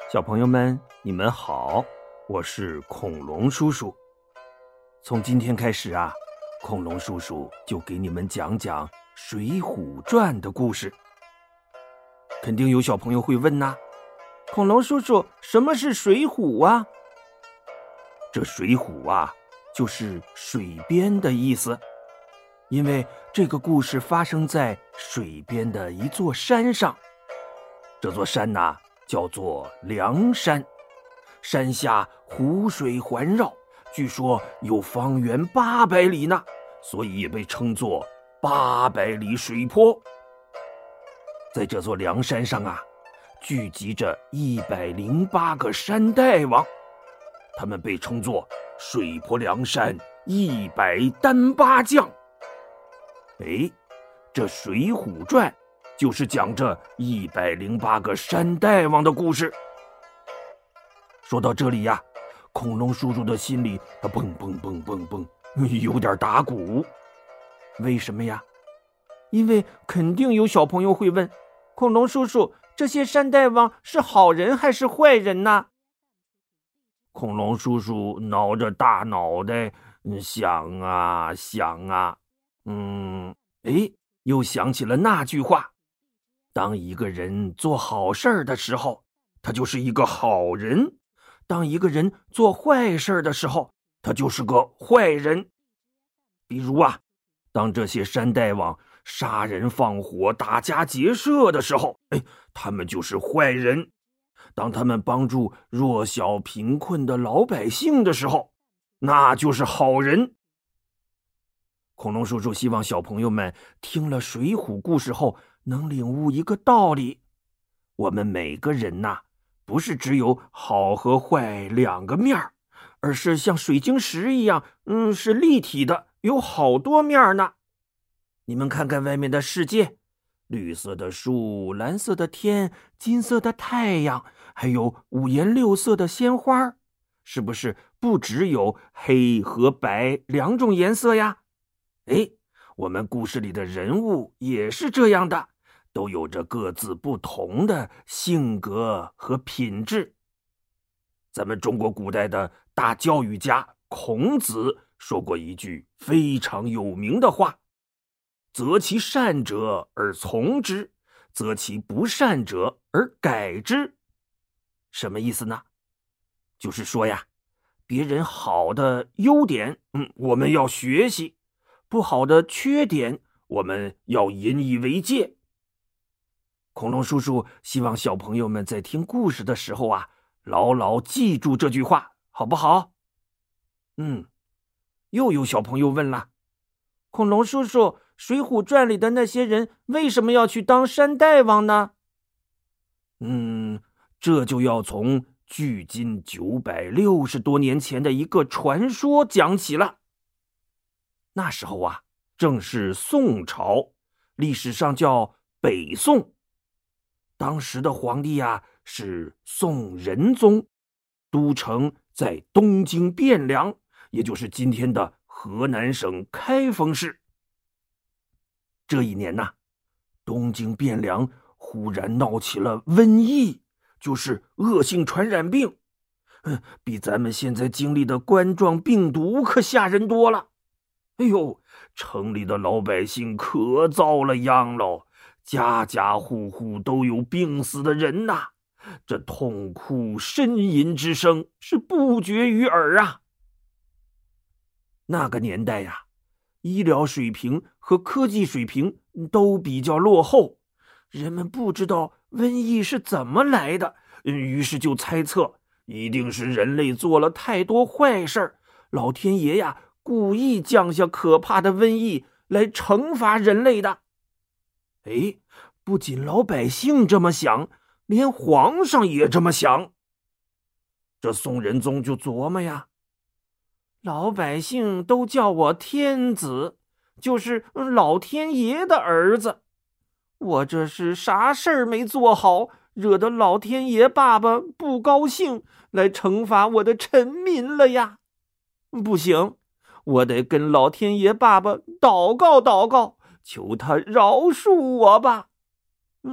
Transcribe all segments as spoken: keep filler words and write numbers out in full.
小朋友们，你们好，我是恐龙叔叔。从今天开始啊，恐龙叔叔就给你们讲讲《水浒传》的故事。肯定有小朋友会问呐，恐龙叔叔，什么是水浒啊？这水浒啊，就是水边的意思。因为这个故事发生在水边的一座山上，这座山呐、啊，叫做梁山，山下湖水环绕，据说有方圆八百里呢，所以也被称作八百里水泊。在这座梁山上啊，聚集着一百零八个山大王，他们被称作水泊梁山一百单八将。哎，这《水浒传》就是讲这一百零八个山大王的故事。说到这里呀，恐龙叔叔的心里啊蹦蹦蹦蹦蹦，有点打鼓。为什么呀？因为肯定有小朋友会问，恐龙叔叔，这些山大王是好人还是坏人呢？恐龙叔叔挠着大脑袋想啊想啊，嗯，哎，又想起了那句话，当一个人做好事的时候，他就是一个好人；当一个人做坏事的时候，他就是个坏人。比如啊，当这些山大王杀人放火、打家劫舍的时候，哎，他们就是坏人；当他们帮助弱小贫困的老百姓的时候，那就是好人。恐龙叔叔希望小朋友们听了水浒故事后能领悟一个道理，我们每个人呐、啊，不是只有好和坏两个面儿，而是像水晶石一样，嗯，是立体的，有好多面呢。你们看看外面的世界，绿色的树，蓝色的天，金色的太阳，还有五颜六色的鲜花，是不是不只有黑和白两种颜色呀？哎，我们故事里的人物也是这样的，都有着各自不同的性格和品质。咱们中国古代的大教育家孔子说过一句非常有名的话，择其善者而从之，择其不善者而改之。什么意思呢？就是说呀，别人好的优点，嗯，我们要学习，不好的缺点，我们要引以为戒。恐龙叔叔希望小朋友们在听故事的时候啊，牢牢记住这句话，好不好？嗯，又有小朋友问了，恐龙叔叔，《水浒传》里的那些人为什么要去当山大王呢？嗯，这就要从距今九百六十多年前的一个传说讲起了。那时候啊，正是宋朝，历史上叫北宋。当时的皇帝啊是宋仁宗，都城在东京汴梁，也就是今天的河南省开封市。这一年呐，东京汴梁忽然闹起了瘟疫，就是恶性传染病，嗯，比咱们现在经历的冠状病毒可吓人多了。哎呦，城里的老百姓可遭了殃喽，家家户户都有病死的人呐，这痛哭呻吟之声是不绝于耳啊。那个年代呀，医疗水平和科技水平都比较落后，人们不知道瘟疫是怎么来的，于是就猜测一定是人类做了太多坏事，老天爷呀故意降下可怕的瘟疫来惩罚人类的。哎，不仅老百姓这么想，连皇上也这么想。这宋仁宗就琢磨呀，老百姓都叫我天子，就是老天爷的儿子，我这是啥事儿没做好，惹得老天爷爸爸不高兴，来惩罚我的臣民了呀。不行，我得跟老天爷爸爸祷告祷告，求他饶恕我吧。嗯，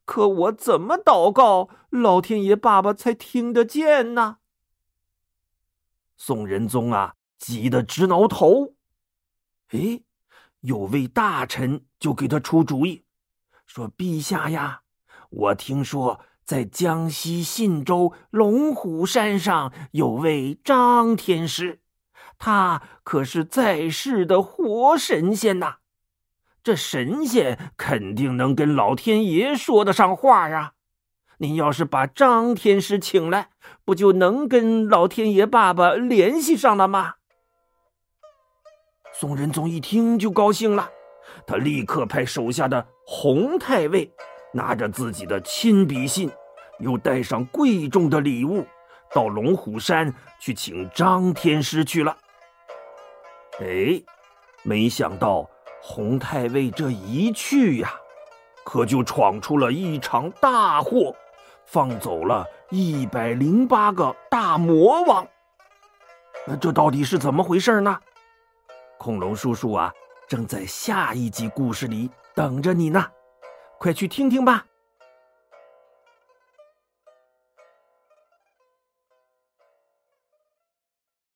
可我怎么祷告，老天爷爸爸才听得见呢？宋仁宗啊，急得直挠头。诶，有位大臣就给他出主意，说：“陛下呀，我听说在江西信州龙虎山上有位张天师，他可是在世的活神仙呐。这神仙肯定能跟老天爷说得上话呀。您要是把张天师请来，不就能跟老天爷爸爸联系上了吗？”宋仁宗一听就高兴了，他立刻派手下的洪太尉拿着自己的亲笔信，又带上贵重的礼物，到龙虎山去请张天师去了。哎，没想到洪太尉这一去呀，可就闯出了一场大祸，放走了一百零八个大魔王。那这到底是怎么回事呢？恐龙叔叔啊，正在下一集故事里等着你呢，快去听听吧。